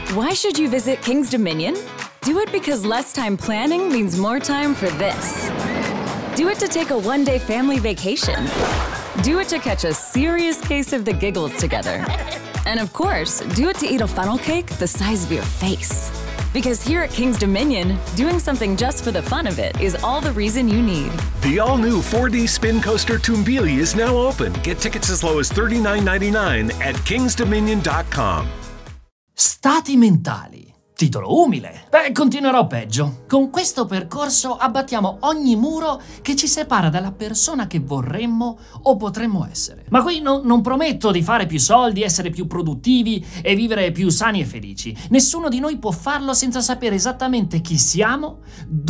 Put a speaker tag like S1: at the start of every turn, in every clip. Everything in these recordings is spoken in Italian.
S1: Why should you visit King's Dominion? Do it because less time planning means more time for this. Do it to take a one-day family vacation. Do it to catch a serious case of the giggles together. And of course, do it to eat a funnel cake the size of your face. Because here at King's Dominion, doing something just for the fun of it is all the reason you need.
S2: The all-new 4D Spin Coaster Tumbili is now open. Get tickets as low as $39.99 at kingsdominion.com.
S3: Stati mentali. Titolo umile. Beh, continuerò peggio. Con questo percorso abbattiamo ogni muro che ci separa dalla persona che vorremmo o potremmo essere. Ma qui non prometto di fare più soldi, essere più produttivi e vivere più sani e felici. Nessuno di noi può farlo senza sapere esattamente chi siamo,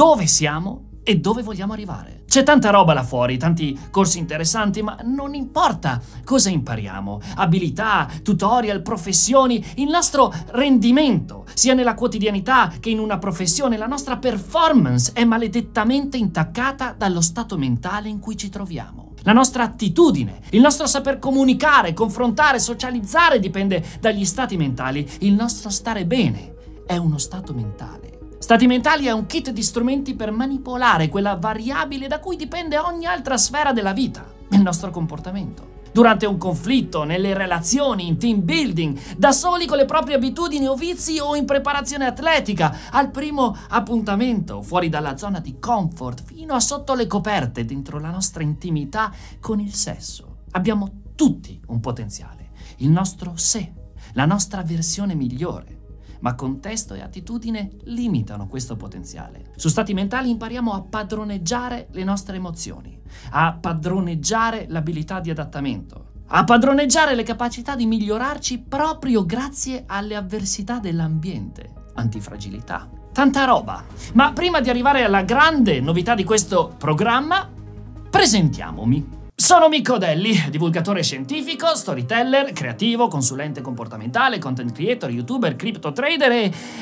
S3: e dove vogliamo arrivare. C'è tanta roba là fuori, tanti corsi interessanti, ma non importa cosa impariamo. Abilità, tutorial, professioni, il nostro rendimento, sia nella quotidianità che in una professione, la nostra performance è maledettamente intaccata dallo stato mentale in cui ci troviamo. La nostra attitudine, il nostro saper comunicare, confrontare, socializzare dipende dagli stati mentali. Il nostro stare bene è uno stato mentale. Stati mentali è un kit di strumenti per manipolare quella variabile da cui dipende ogni altra sfera della vita, il nostro comportamento. Durante un conflitto, nelle relazioni, in team building, da soli con le proprie abitudini o vizi o in preparazione atletica, al primo appuntamento, fuori dalla zona di comfort, fino a sotto le coperte, dentro la nostra intimità con il sesso. Abbiamo tutti un potenziale, il nostro sé, la nostra versione migliore. Ma contesto e attitudine limitano questo potenziale. Su Stati mentali impariamo a padroneggiare le nostre emozioni, a padroneggiare l'abilità di adattamento, a padroneggiare le capacità di migliorarci proprio grazie alle avversità dell'ambiente, antifragilità. Tanta roba! Ma prima di arrivare alla grande novità di questo programma, presentiamomi. Sono Micco Delli, divulgatore scientifico, storyteller, creativo, consulente comportamentale, content creator, youtuber, crypto trader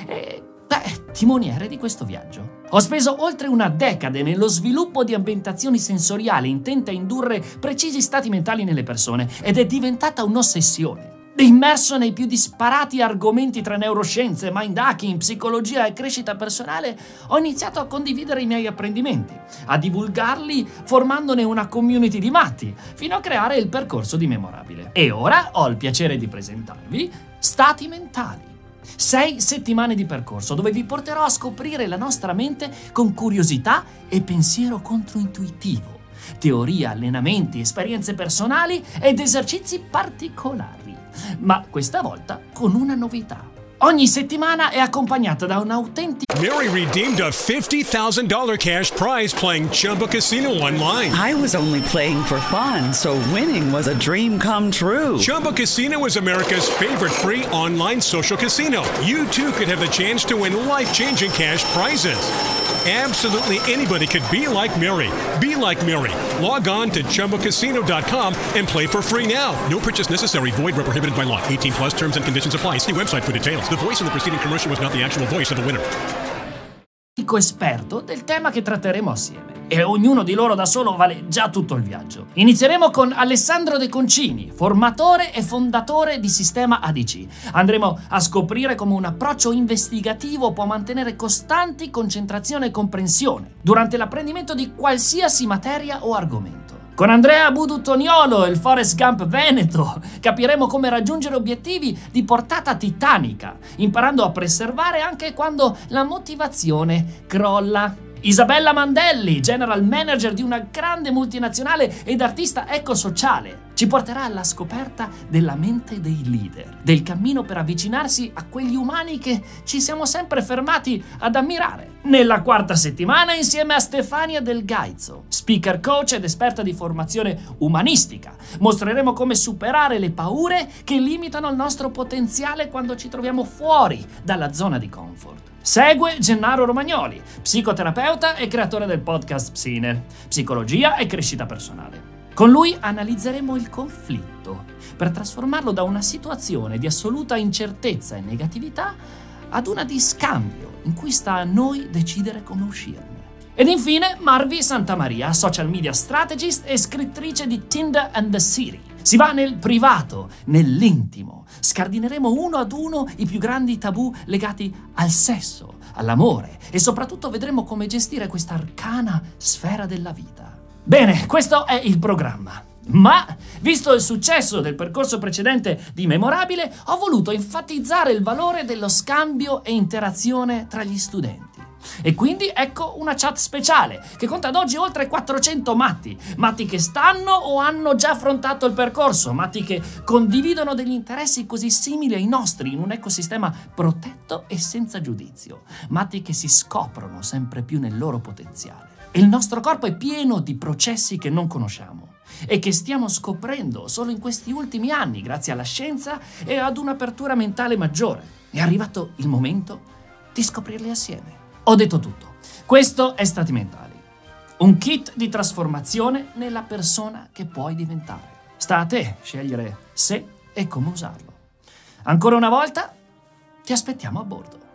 S3: e timoniere di questo viaggio. Ho speso oltre una decade nello sviluppo di ambientazioni sensoriali intente a indurre precisi stati mentali nelle persone ed è diventata un'ossessione. Immerso nei più disparati argomenti tra neuroscienze, mind hacking, psicologia e crescita personale, ho iniziato a condividere i miei apprendimenti, a divulgarli formandone una community di matti, fino a creare il percorso di Memorabile. E ora ho il piacere di presentarvi Stati mentali. 6 settimane di percorso dove vi porterò a scoprire la nostra mente con curiosità e pensiero controintuitivo, teoria, allenamenti, esperienze personali ed esercizi particolari. Ma questa volta con una novità. Ogni settimana è accompagnata da un autentico...
S4: Mary redeemed a $50,000 cash prize playing Chumba Casino online.
S5: I was only playing for fun, so winning was a dream come true.
S4: Chumba Casino is America's favorite free online social casino. You too could have the chance to win life-changing cash prizes. Absolutely anybody could be like Mary. Be like Mary. Log on to ChumbaCasino.com and play for free now. No purchase necessary. Void where prohibited by law. 18 plus terms and conditions apply. See website for details. The voice in the preceding commercial was not the actual voice of the winner.
S3: Esperto del tema che tratteremo assieme. E ognuno di loro da solo vale già tutto il viaggio. Inizieremo con Alessandro De Concini, formatore e fondatore di Sistema ADC. Andremo a scoprire come un approccio investigativo può mantenere costanti concentrazione e comprensione durante l'apprendimento di qualsiasi materia o argomento. Con Andrea Buduttoniolo, il Forrest Gump veneto, capiremo come raggiungere obiettivi di portata titanica, imparando a preservare anche quando la motivazione crolla. Isabella Mandelli, general manager di una grande multinazionale ed artista ecosociale, ci porterà alla scoperta della mente dei leader, del cammino per avvicinarsi a quegli umani che ci siamo sempre fermati ad ammirare. Nella quarta settimana, insieme a Stefania Del Gaizo, speaker coach ed esperta di formazione umanistica, mostreremo come superare le paure che limitano il nostro potenziale quando ci troviamo fuori dalla zona di comfort. Segue Gennaro Romagnoli, psicoterapeuta e creatore del podcast Psiner, psicologia e crescita personale. Con lui analizzeremo il conflitto per trasformarlo da una situazione di assoluta incertezza e negatività ad una di scambio in cui sta a noi decidere come uscirne. Ed infine Marvi Santamaria, social media strategist e scrittrice di Tinder and the City. Si va nel privato, nell'intimo. Scardineremo uno ad uno i più grandi tabù legati al sesso, all'amore e soprattutto vedremo come gestire questa arcana sfera della vita. Bene, questo è il programma. Ma, visto il successo del percorso precedente di Memorabile, ho voluto enfatizzare il valore dello scambio e interazione tra gli studenti. E quindi ecco una chat speciale che conta ad oggi oltre 400 matti che stanno o hanno già affrontato il percorso, matti che condividono degli interessi così simili ai nostri in un ecosistema protetto e senza giudizio, matti che si scoprono sempre più nel loro potenziale. E il nostro corpo è pieno di processi che non conosciamo e che stiamo scoprendo solo in questi ultimi anni grazie alla scienza e ad un'apertura mentale maggiore. È arrivato il momento di scoprirli assieme. Ho detto tutto. Questo è Stati Mentali, un kit di trasformazione nella persona che puoi diventare. Sta a te scegliere se e come usarlo. Ancora una volta, ti aspettiamo a bordo.